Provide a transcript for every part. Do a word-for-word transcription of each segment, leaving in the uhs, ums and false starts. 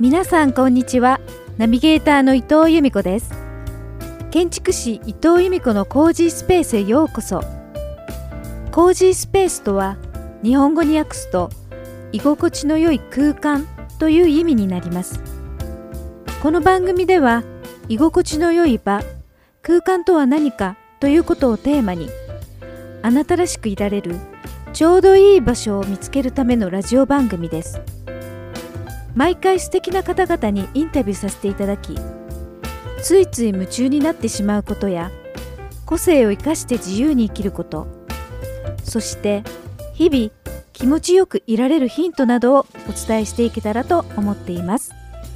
皆さんこんにちは。ナビゲーターの伊藤由美子です。建築士伊藤由美子のコージースペースへようこそ。コージースペースとは日本語に訳すと居心地の良い空間という意味になります。この番組では居心地の良い場、空間とは何かということをテーマに、あなたらしくいられるちょうどいい場所を見つけるためのラジオ番組です。毎回素敵な方々にインタビューさせていただき、ついつい夢中になってしまうことや、個性を生かして自由に生きること、そして日々気持ちよくいられるヒントなどをお伝えしていけたらと思っています。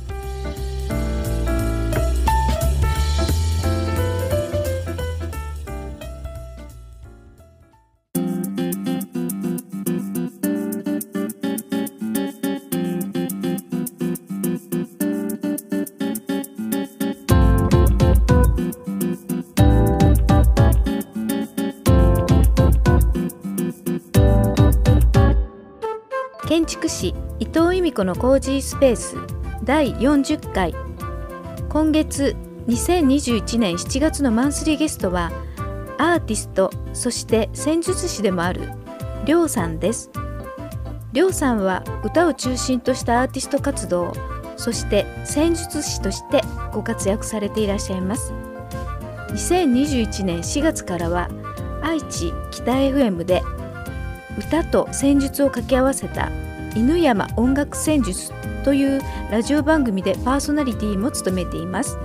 建築士伊藤由美子のコージースペースだいよんじゅっかい。今月にせんにじゅういちねんしちがつのマンスリーゲストはアーティスト、そして戦術師でもあるりょうさんです。りょうさんは歌を中心としたアーティスト活動、そして戦術師としてご活躍されていらっしゃいます。にせんにじゅういちねんしがつからは愛知北 エフエム で歌と戦術を掛け合わせた犬山音楽戦術というラジオ番組でパーソナリティも務めています。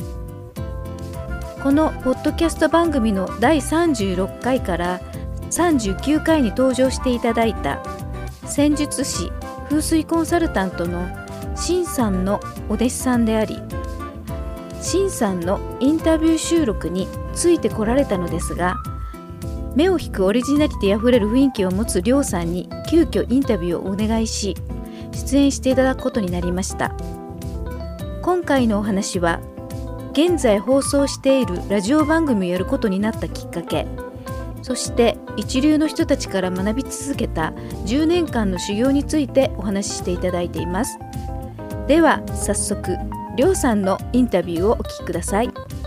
このポッドキャスト番組のだいさんじゅうろっかいからさんじゅうきゅうかいに登場していただいた戦術師風水コンサルタントのシンさんのお弟子さんであり、シンさんのインタビュー収録についてこられたのですが、目を引くオリジナリティあふれる雰囲気を持つりょうさんに急遽インタビューをお願いし、出演していただくことになりました。今回のお話は、現在放送しているラジオ番組をやることになったきっかけ、そして一流の人たちから学び続けたじゅうねんかんの修行についてお話ししていただいています。では早速、りょうさんのインタビューをお聞きください。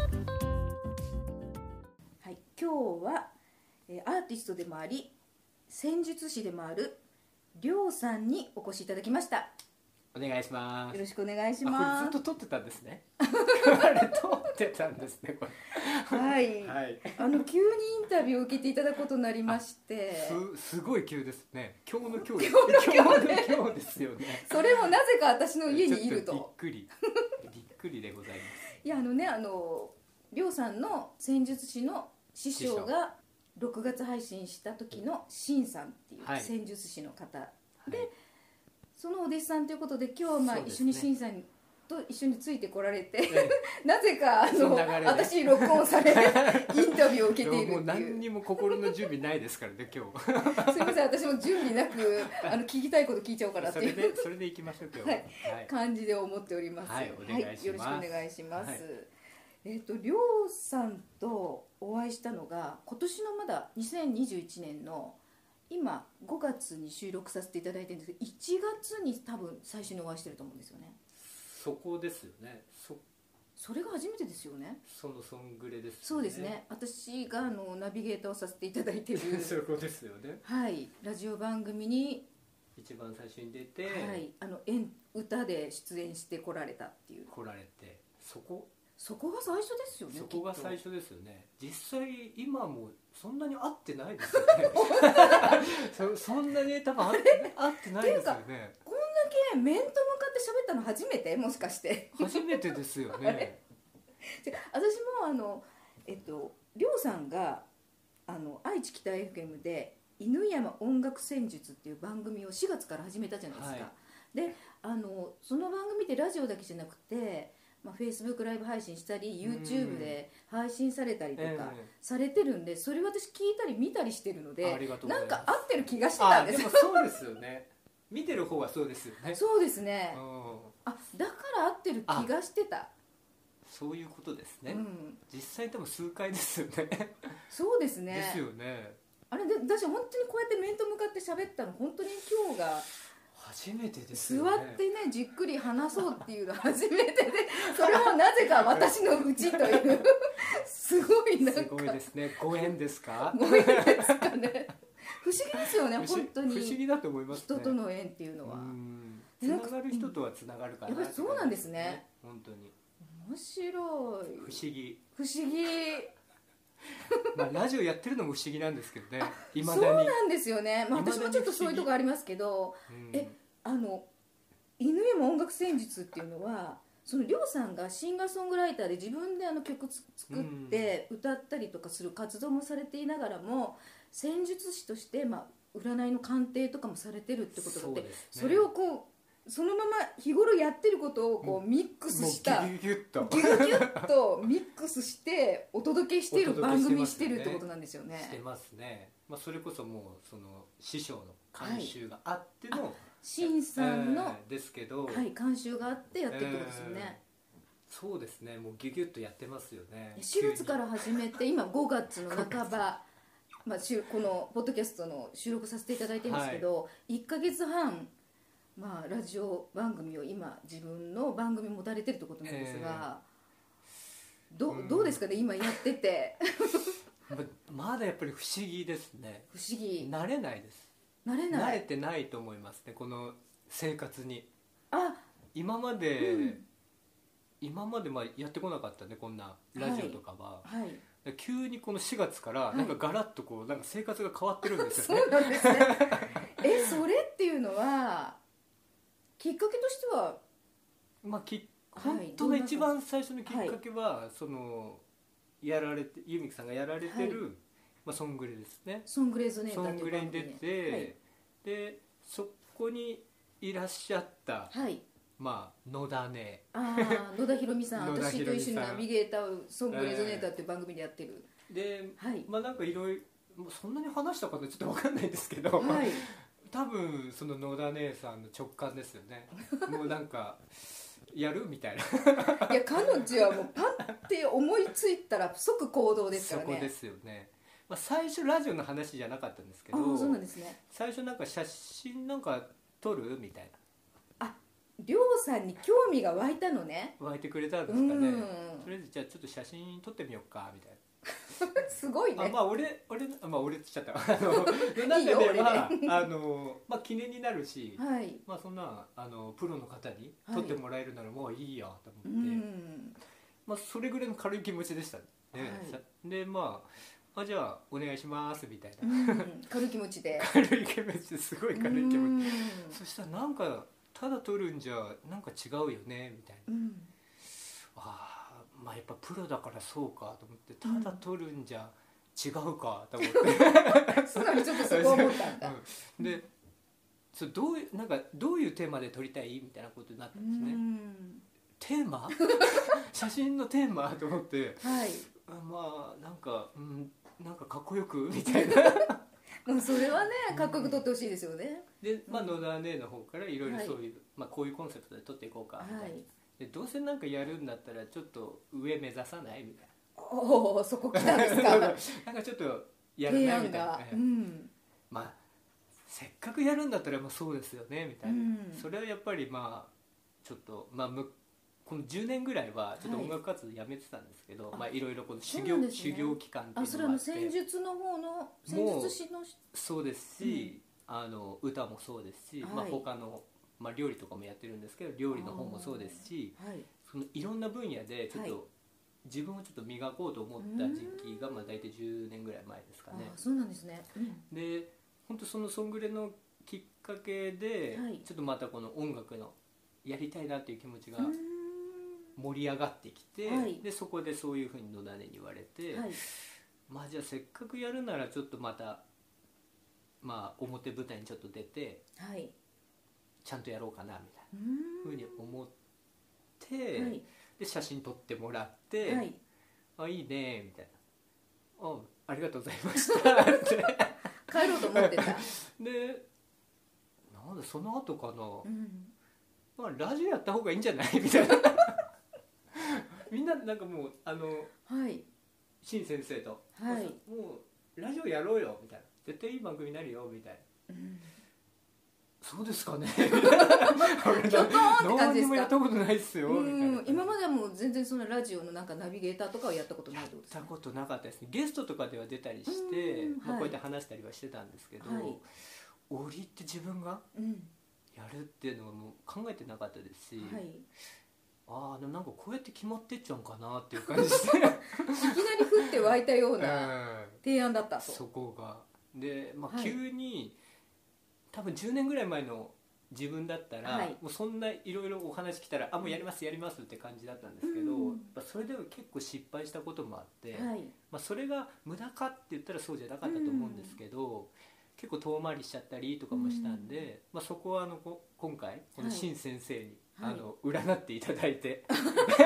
はい、今日はアーティストでもあり戦術師でもあるりょうさんにお越しいただきました。 お願いします。 よろしくお願いします。 これずっと撮ってたんですね。これ撮ってたんですね。これ。 はい。 はい。 あの急にインタビューを受けていただくことになりまして。 すすごい急ですね。今日の今日。 今日の今日、ね、 今日ですよね。 それもなぜか私の家にいると。 びっくり。びっくりでございます。 いやあのねあのりょうさんの戦術師の師匠がろくがつ配信した時のシンさんっていう戦術師の方、はい、で、そのお弟子さんということで今日はまあ一緒にシンさんと一緒についてこられて、ね、なぜかあの私に録音されインタビューを受けているっていう。 もう何にも心の準備ないですからね今日すいません、私も準備なくあの聞きたいこと聞いちゃおうかなっていうそれでそれでいきましょう今日は、 はいはい、感じで思っております。 はい、お願いします。 はい、よろしくお願いします。はい、えーと、りょうさんとお会いしたのが今年のまだにせんにじゅういちねんの今ごがつに収録させていただいてるんですけど、いちがつに多分最初にお会いしてると思うんですよね。 そこですよね。そそれが初めてですよね。 そのそんぐれですよね。 そうですね。私があのナビゲーターをさせていただいているそこですよね。 はい、ラジオ番組に一番最初に出て、 はい、あの歌で出演してこられたっていう。 来られて、そこそこが最初ですよね。 そこが最初ですよね。実際今もそんなに会ってないですよね。そ, そんなに多分会って会ってないですよね。 こんだけ面と向かって喋ったの初めて、もしかして初めてですよね。 私もあのえっとりょうさんがあの愛知北 エフエム で犬山音楽戦術っていう番組をしがつから始めたじゃないですか。はい、であのその番組ってラジオだけじゃなくて、まあ、Facebook ライブ配信したり YouTube で配信されたりとかされてるんで、それ私聞いたり見たりしてるので、なんか合ってる気がしてたんですよ。 でもそうですよね。見てる方はそうですよね。 そうですね。あ、だから合ってる気がしてた。 そういうことですね。 うん、 実際でも数回ですよね。 そうですね。 ですよね。 あれで私本当にこうやって面と向かって喋ったの本当に今日が初めてですよ座ね。 ってねじっくり話そうっていうの初めてで、それもなぜか私のうちというすごいなんかすごいですね。ご縁ですか？ ご縁ですかね。不思議ですよね、 不思本当に不思議だと思いますね。 人との縁っていうのは。 うんつながる人とはつながるかな、 やっぱりそうなんですね。 本当に面白い。 不思議。 不思議。 まあラジオやってるのも不思議なんですけどね。未だに。 そうなんですよね。まあ、 未だに私もちょっとそういうとこありますけど、 うんえあの犬山音楽戦術っていうのは、そのりょうさんがシンガーソングライターで自分であの曲つ作って歌ったりとかする活動もされていながらも、戦術師として、まあ、占いの鑑定とかもされてるってことだって、 そうですね。 それをこうそのまま日頃やってることをこうミックスしたもうギュギュギュッとギュギュッとミックスしてお届けしている番組にしてるってことなんですよね。 してますね。まあそれこそもうその師匠の監修があっての、はい、 シンさんの、 えーですけど、 はい、監修があってやってるってことですよね。 えー、そうですね。もうギュギュッとやってますよね。 しがつから始めて今ごがつの半ばまあこのポッドキャストの収録させていただいてるんですけど、はい、いっかげつはんまあ、ラジオ番組を今自分の番組持たれてるってことなんですが、えー、ど, どうですかね今やっててまだやっぱり不思議ですね。 不思議。 慣れないです。 慣れない。 慣れてないと思いますね、この生活に。 あ今まで、うん、今までまあやってこなかったね、こんなラジオとかは、 はいはい、 急にこのしがつからなんかガラッとこうなんか生活が変わってるんですよね。 そうなんですねえそれっていうのはきっかけとしては、 まあ、き本当の一番最初のきっかけは、はい、そのやられてユミキさんがやられてる、はい、まあ、ソングレですね。 ソングレゾネーターソングレに出て、はい、でそこにいらっしゃった、 はい、 まあ、野田ねあ野田ひろみさん私と一緒にナビゲーターソングレゾネーターっていう番組でやってる、 えー、で、 はい、 まあなんかいろいろそんなに話したかちょっと分かんないんですけど、 はい、 多分その野田姉さんの直感ですよねもうなんかやるみたいないや彼女はもうパッて思いついたら即行動ですからね。 そこですよね。まあ、最初ラジオの話じゃなかったんですけど、 あそうなんですね。 最初なんか写真なんか撮るみたいな、ありょうさんに興味が湧いたのね。 湧いてくれたんですかね。とりあえずじゃあちょっと写真撮ってみようかみたいなすごいね。 あまあ俺俺まあ俺って言っちゃったあの中ではあの、まあ、記念になるし、 はい、 まあそんなあのプロの方に撮ってもらえるならもういいやと思って、 はい、うんまあそれぐらいの軽い気持ちでしたね。はい、でまああじゃあお願いしますみたいな、 うん、軽い気持ちで軽い気持ちですごい軽い気持ちそしたらなんかただ撮るんじゃなんか違うよねみたいな、うん、ああまあやっぱプロだからそうかと思ってただ撮るんじゃ違うかと思って素直にちょっとそこ思ったんだ、 うん、でそどういうなんかどういうテーマで撮りたいみたいなことになったんですね。テーマ写真のテーマと思って、 はい、 まあなんか、うん、なんかかっこよくみたいなそれはねかっこよく撮ってほしいですよね。 で、まあ、野田姉の方からいろいろそういう、はい、まあ、こういうコンセプトで撮っていこうかみたいな、はい、でどうせなんかやるんだったらちょっと上目指さないみたいな。 おおそこ来たんですかなんかちょっとやらないみたいな、 うん、 まあせっかくやるんだったらもうそうですよねみたいな、うん、それはやっぱりまあちょっとまあむこのじゅうねんぐらいはちょっと音楽活動やめてたんですけど、はい、まあいろいろこの修行、ね、修行期間っていうのがあって、 あそれは戦術の方の戦術師のそうですし、うん、あの歌もそうですし、はい、まあ、他の、まあ、料理とかもやってるんですけど料理の方もそうですし、はい、そのいろんな分野でちょっと、はい、自分をちょっと磨こうと思った時期がまあ大体じゅうねんぐらい前ですかね。 あそうなんですね、うん、 で本当そのソングレのきっかけで、はい、ちょっとまたこの音楽のやりたいなっていう気持ちが盛り上がってきて、はい、でそこでそういうふうに野田姉に言われて、はい、まあじゃあせっかくやるならちょっとまたまあ表舞台にちょっと出て、はい、ちゃんとやろうかなみたいなふうに思って、はい、で写真撮ってもらって、はい、あいいねみたいな、あありがとうございましたって帰ろうと思ってたでなんでその後かな、うん、まあラジオやった方がいいんじゃないみたいなみんななんかもうあの、はい、新先生と、はい、もうラジオやろうよみたいな絶対いい番組になるよみたいな、うん、 そうですかねきょとーんって感じですか。 何にもやったことないですよ。 うん今まではもう全然そのラジオのなんかナビゲーターとかはやったことないってことですか。 やったことなかったですね。ゲストとかでは出たりして、まあ、こうやって話したりはしてたんですけど、はい、折りって自分がやるっていうのはもう考えてなかったですし、はい、ああでもなんかこうやって決まってっちゃうんかなっていう感じでいきなり降って湧いたような提案だったと、 うん、そこがで、まあ、急に、はい、多分じゅうねんぐらい前の自分だったら、はい、もうそんないろいろお話来たらあもうやりますやりますって感じだったんですけど、うん、それでも結構失敗したこともあって、はいまあ、それが無駄かって言ったらそうじゃなかったと思うんですけど、うん、結構遠回りしちゃったりとかもしたんで、うんまあ、そこはあの今回この新先生に、はい、あの占っていただいて、はい、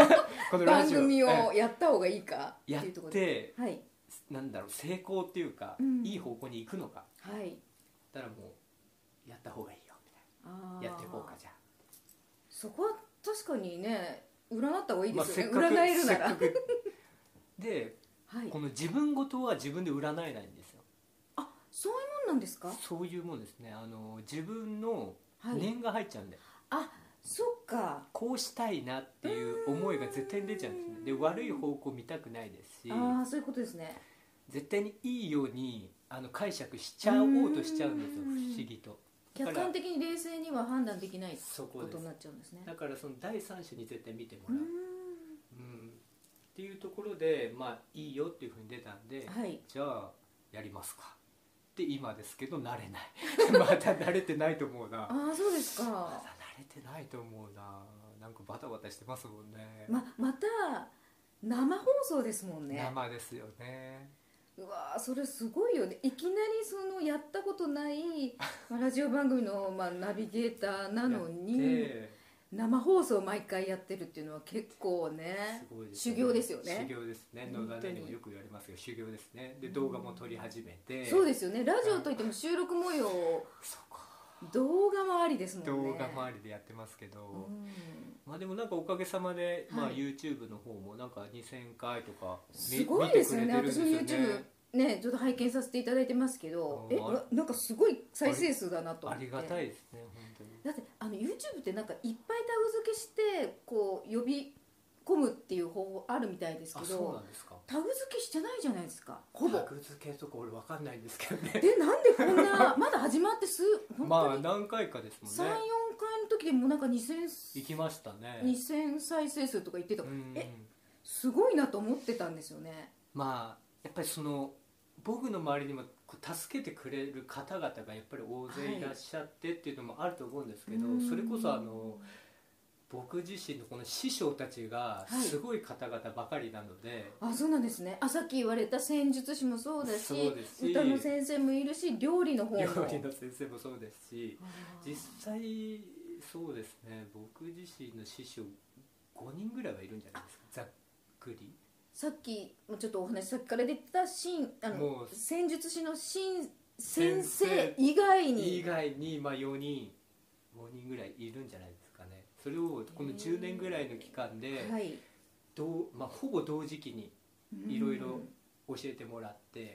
このラジオ番組をやった方がいいかやってっていうところで、はい、なんだろう成功っていうか、うん、いい方向に行くのか、はい、だからもうやった方がいいよやっていこうかじゃあそこは確かにね占った方がいいですよね、まあ、占えるならで、はい、この自分ごとは自分で占えないんですよ。 あそういうもんなんですか。 そういうもんですね。あの自分の念が入っちゃうんで、 はい、あそっかこうしたいなっていう思いが絶対に出ちゃうんですね。で悪い方向見たくないですし、 あそういうことですね。 絶対にいいようにあの解釈しちゃおうとしちゃうんですよ、不思議と。 客観的に冷静には判断できないことになっちゃうんですね。 だからその第三者に絶対見てもらう、うん、うん、っていうところでまあいいよっていうふうに出たんで、はい、じゃあやりますかって今ですけど慣れないまた慣れてないと思うな。 ああそうですか。まだ慣れてないと思うな。なんかバタバタしてますもんね。 ままた生放送ですもんね。 生ですよね。 うわそれすごいよね。いきなりそのやったことないラジオ番組のまあナビゲーターなのに生放送を毎回やってるっていうのは結構 ね, すごいですね修行ですよね。 修行ですね。野田にもよく言われますが修行ですね。で動画も撮り始めて、 そうですよね。ラジオといっても収録模様動画もありですもんね。 動画もありでやってますけど、まあでもなんかおかげさまで、まあ、YouTube の方もなんかにせんかいとかすごいですよね。私も YouTube ねちょっと拝見させていただいてますけど、えなんかすごい再生数だなと思って。 ありがたいですね本当に。 だってあの YouTube ってなんかいっぱいタグ付けしてこう呼び込むっていう方法あるみたいですけど、 そうなんですか。 タグ付けしてないじゃないですか。ほぼタグ付けとか俺分かんないんですけどね。 でなんでこんなまだ始まってすまあ何回かですもんね。 さん、よんかいの時でもなんかにせん行きましたね。 にせん再生数とか言ってた。えすごいなと思ってたんですよね。 まあやっぱりその僕の周りにも助けてくれる方々がやっぱり大勢いらっしゃってっていうのもあると思うんですけど、はい、それこそあの僕自身のこの師匠たちがすごい方々ばかりなので、 はい、あそうなんですね。あさっき言われた戦術師もそうだ し, そうですし歌の先生もいるし料理の方も料理の先生もそうですし、実際そうですね僕自身の師匠ごにんぐらいはいるんじゃないですかざっくり。 さっきもちょっとお話さっきから出たシーンあの戦術師の新先生以外に以外にまあよにんごにんぐらいいるんじゃないですかね。それをこのじゅうねんぐらいの期間で、はいどうまあ、ほぼ同時期にいろいろ教えてもらって、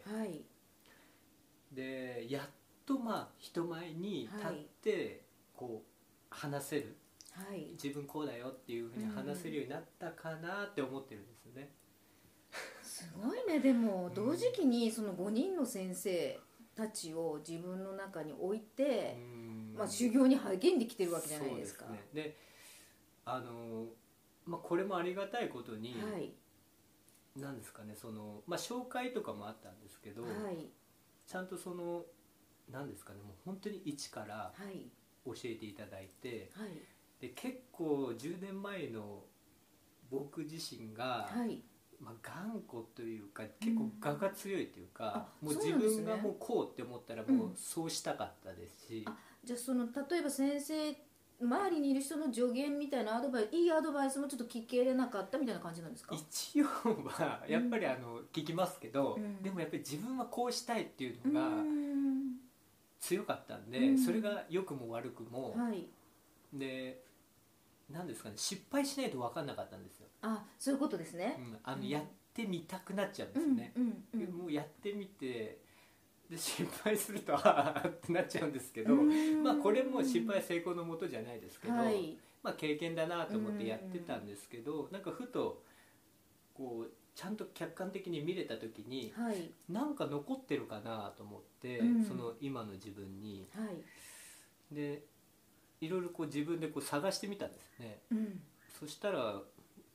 はい、でやっとまあ人前に立ってこう話せる、はい、自分こうだよっていうふうに話せるようになったかなって思ってるんですよね。 すごいね。でも同時期にそのごにんの先生たちを自分の中に置いて、うんまあ、修行に励んできてるわけじゃないですか。そうですね。であの、まあ、これもありがたいことに、はい、なんですかねその、まあ、紹介とかもあったんですけど、はい、ちゃんとそのなんですかねもう本当に一から教えていただいて、はい、で結構じゅうねんまえの僕自身が、はいまあ、頑固というか結構我が強いというか、うん、もう自分がもうこうって思ったらもうそうしたかったですし、 うん、あじゃあその例えば先生周りにいる人の助言みたいなアドバイスいいアドバイスもちょっと聞けれなかったみたいな感じなんですか。 一応はやっぱりあの、うん、聞きますけど、うん、でもやっぱり自分はこうしたいっていうのが強かったんで、うん、それが良くも悪くも、はい、でなんですかね失敗しないと分かんなかったんですよ。 あそういうことですね、 うん、あのやってみたくなっちゃうんですよね、うんうんうん、もうやってみてで失敗するとああってなっちゃうんですけど、まあこれも失敗成功のもとじゃないですけど、はい、まあ経験だなと思ってやってたんですけど、なんかふとこうちゃんと客観的に見れた時に、はい、なんか残ってるかなと思って、うん、その今の自分に、はい、でいろいろこう自分でこう探してみたんですね、うん、そしたら、うん、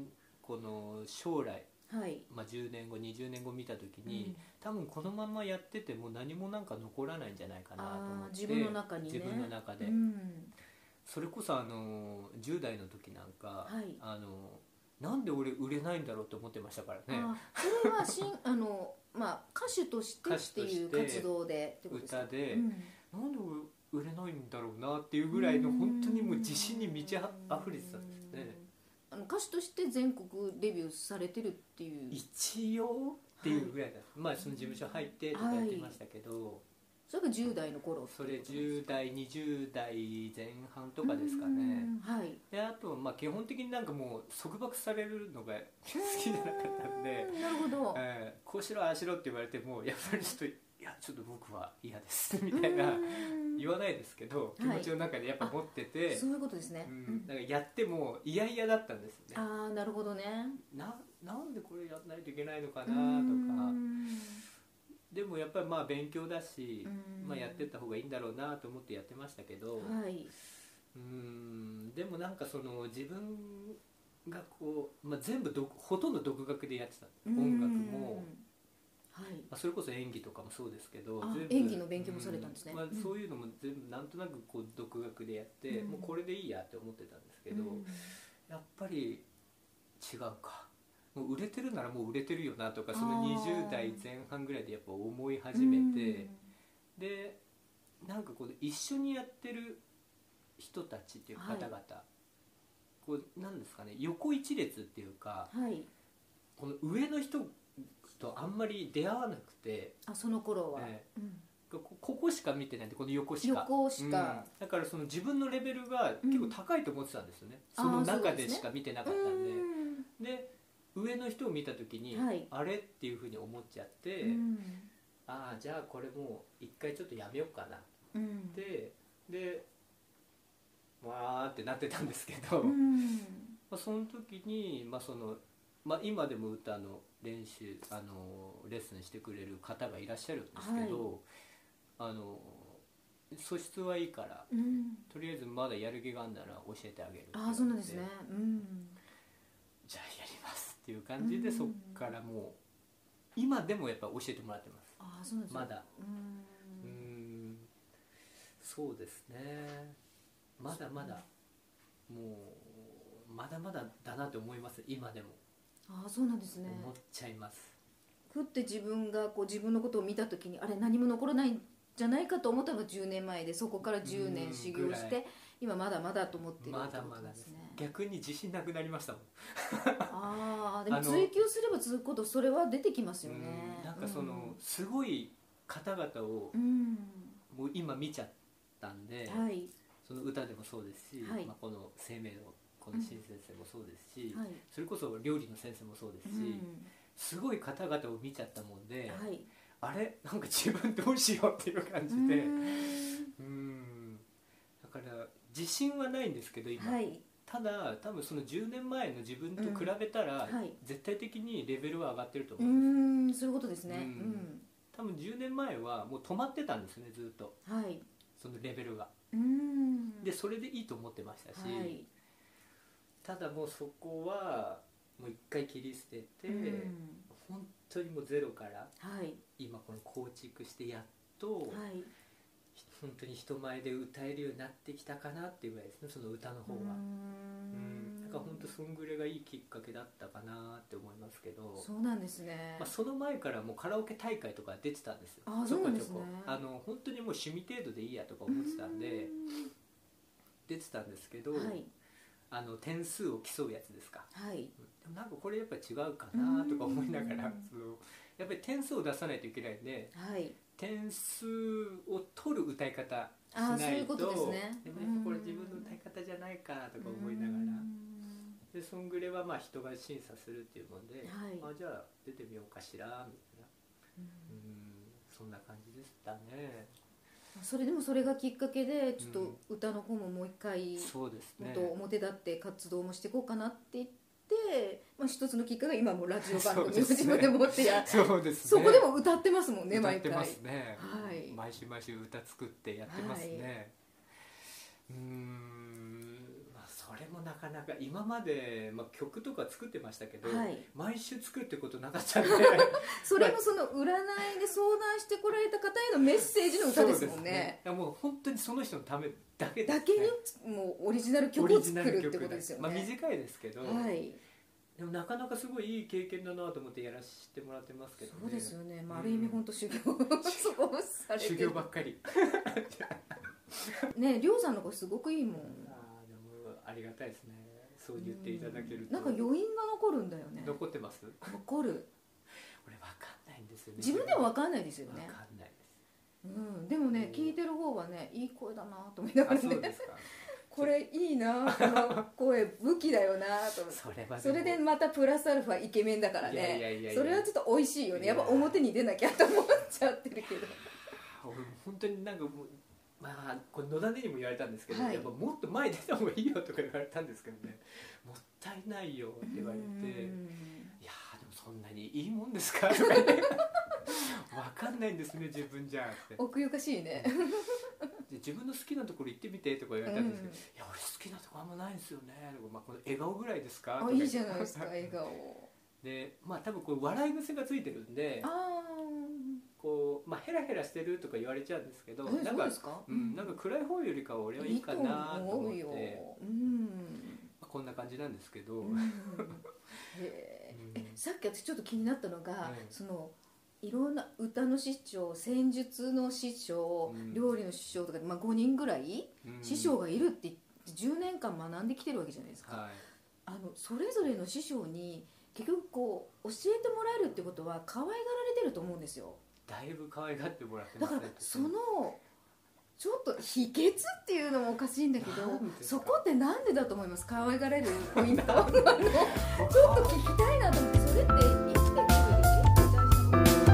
この将来、はいまあ、じゅうねんごにじゅうねんご見た時に、うん、多分このままやってても何もなんか残らないんじゃないかなと思って、 自分の中にね、 自分の中で、うん、それこそあのじゅう代の時なんか、はい、あのなんで俺売れないんだろうと思ってましたからね。 あそれはしんあの、まあ、歌手としてっていう活動でってことですか。 歌で、うん、なんで売れないんだろうなっていうぐらいの本当にもう自信に満ち溢れてたんですね。 あの歌手として全国デビューされてるっていう、 一応っていうぐらいだ、はい、まあその事務所入ってとかやってましたけど、はい、 それがじゅう代の頃。 それじゅう代にじゅう代前半とかですかね、はい、であとまあ基本的になんかもう束縛されるのが好きじゃなかったんで、 なるほど、 えー、こうしろああしろって言われてもやっぱりちょっといやちょっと僕は嫌ですみたいな言わないですけど、気持ちの中でやっぱ持ってて、はい、 そういうことですね、 うん、だからやっても嫌々だったんですよね。 ああなるほどね。 な, なんでこれやらないといけないのかなとか、でもやっぱりまあ勉強だし、まあ、やってった方がいいんだろうなと思ってやってましたけど、はい、うーんでもなんかその自分がこう、まあ、全部どほとんど独学でやってた、音楽も、はいまあ、それこそ演技とかもそうですけど、 全部演技の勉強もされたんですね、 まあ、そういうのも全部なんとなくこう独学でやって、うん、もうこれでいいやって思ってたんですけど、うん、やっぱり違うか、もう売れてるならもう売れてるよなとか、そのにじゅう代前半ぐらいでやっぱ思い始めて、でなんかこう一緒にやってる人たちっていう方々、はい、こうなんですかね、横一列っていうか、はい、この上の人とあんまり出会わなくて、 あその頃は、 えーうん、こ, ここしか見てないんで、この横しか横しか、 うん、だからその自分のレベルが結構高いと思ってたんですよね、うん、その中でしか見てなかったんで、で上の人を見た時に、はい、あれっていうふうに思っちゃって、うん、ああじゃあこれもう一回ちょっとやめようかな、うん、ででわーってなってたんですけど、うん、まあ、その時に、まあそのまあ、今でも歌の練習あのレッスンしてくれる方がいらっしゃるんですけど、はい、あの素質はいいから、うん、とりあえずまだやる気があるなら教えてあげるって言われて、 あそうなんですね、うん、 じゃあやりますっていう感じで、うん、そっからもう今でもやっぱ教えてもらってます。 あそうですね、 まだうんうんそうですね、まだまだもうまだまだだなと思います、今でも。 あそうなんですね、 思っちゃいます。 ふって自分がこう自分のことを見た時にあれ何も残らないんじゃないかと思ったのがじゅうねんまえで、そこからじゅうねん修行して今まだまだと思ってるってことですね。 まだまだです。逆に自信なくなりましたもんああでも追求すれば続くことそれは出てきますよね。 なんかその、うん、すごい方々を、うん、もう今見ちゃったんで、はい、その歌でもそうですし、はい、まあ、この生命のこの新先生もそうですし、うんはい、それこそ料理の先生もそうですし、うん、すごい方々を見ちゃったもんで、はい、あれなんか自分どうしようっていう感じで、うーんだから自信はないんですけど今、はい、ただ多分そのじゅうねんまえの自分と比べたら、うんはい、絶対的にレベルは上がってると思うんです。 うーんそういうことですね、うん、 多分じゅうねんまえはもう止まってたんですね、ずっと、はい、そのレベルが。うーんでそれでいいと思ってましたし、はい、ただもうそこはもう一回切り捨てて、うん、本当にもうゼロから、はい、今この構築してやっと、はい、本当に人前で歌えるようになってきたかなっていうぐらいですね、その歌の方は。うんうんなんか本当そんぐらいがいいきっかけだったかなって思いますけど。 そうなんですね、 まあ、その前からもうカラオケ大会とか出てたんですよ。 あそうなんですね、 あの本当にもう趣味程度でいいやとか思ってたんで出てたんですけど、はい、あの点数を競うやつですか、はい、でもなんかこれやっぱり違うかなとか思いながらそのやっぱり点数を出さないといけないんで、はい、点数を取る歌い方しないと、でもやっぱこれ自分の歌い方じゃないかとか思いながら、でそんぐらいはまあ人が審査するっていうもんで、はい、あじゃあ出てみようかしらみたいな、うんそんな感じでしたね。 それでもそれがきっかけでちょっと歌の方ももう一回、 そうですね、 もっと表立って活動もしていこうかなって言って、まあ、一つのきっかけが今もラジオ番組を自分で持ってやそうですね、 そこでも歌ってますもんね、 毎回歌ってますね、 はい、 毎週毎週歌作ってやってますね、はい、うーん、まあ、それもなかなか今まで、まあ、曲とか作ってましたけど、はい、毎週作るってことなかったんでそれもその占いで相談してこられた方へのメッセージの歌ですもんね。 そうですね、もう本当にその人のためだけですね、 だけにもうオリジナル曲を作るってことですよね。 まあ、短いですけど、 はい、 でもなかなかすごいいい経験だなと思ってやらせてもらってますけどね。 そうですよね、まあ、ある意味本当修行そこされてる修行ばっかりね、りょうさんの声すごくいいもん。 あ、でもありがたいですね、そう言っていただけると。 なんか余韻が残るんだよね。 残ってます。 残る。 俺わかんないんですよね。 自分でもわかんないですよね。 わかんないです。 うん、でもね、聞いてる方はね、いい声だなと思いながらね。そうですか。これいいな、この声武器だよなと思って。それはそれでまたプラスアルファイケメンだからね。いやいやいやいや、それはちょっと美味しいよね。やっぱ表に出なきゃと思っちゃってるけど。 俺本当になんかもう、まあ、これ野田にも言われたんですけど、はい、やっぱもっと前出た方がいいよとか言われたんですけどね、もったいないよって言われて、いやでもそんなにいいもんですかとか言って分かんないんですね自分じゃって。 奥ゆかしいねで自分の好きなところ行ってみてとか言われたんですけど、うん、いや俺好きなところあんまないんですよね、まあ、この笑顔ぐらいですかとか。 いいじゃないですか笑顔で、まあ多分これ笑い癖がついてるんで、あこう、まあ、ヘラヘラしてるとか言われちゃうんですけど、なんか、うん、なんか暗い方よりかは俺はいいかなと思って、いいと思うよ、うん、まあ、こんな感じなんですけど、うん、 へうん、えさっき私ちょっと気になったのが、うん、そのいろんな歌の師匠、戦術の師匠、うん、料理の師匠とか、まあ、ごにんぐらい師匠がいるってじゅうねんかん学んできてるわけじゃないですか、はい、あのそれぞれの師匠に結局こう教えてもらえるってことは可愛がられてると思うんですよ。 だいぶ可愛がってもらってますね。 だからそのちょっと秘訣っていうのもおかしいんだけど、そこってなんでだと思います？可愛がられるポイントあのちょっと聞きたいなと思って。それって生きていく上で結構大事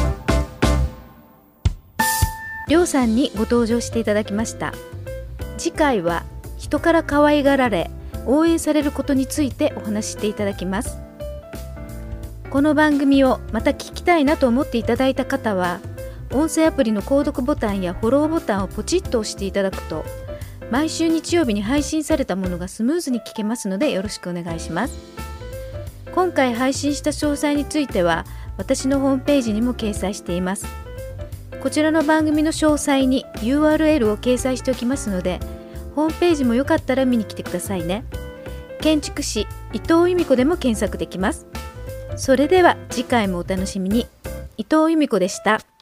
な。 りょうさんにご登場していただきました。次回は人から可愛がられ応援されることについてお話ししていただきます。この番組をまた聞きたいなと思っていただいた方は、音声アプリの購読ボタンやフォローボタンをポチッと押していただくと、毎週日曜日に配信されたものがスムーズに聞けますのでよろしくお願いします。今回配信した詳細については私のホームページにも掲載しています。こちらの番組の詳細に ユーアールエル を掲載しておきますので、ホームページもよかったら見に来てくださいね。建築士伊藤由美子でも検索できます。それでは次回もお楽しみに。伊藤由美子でした。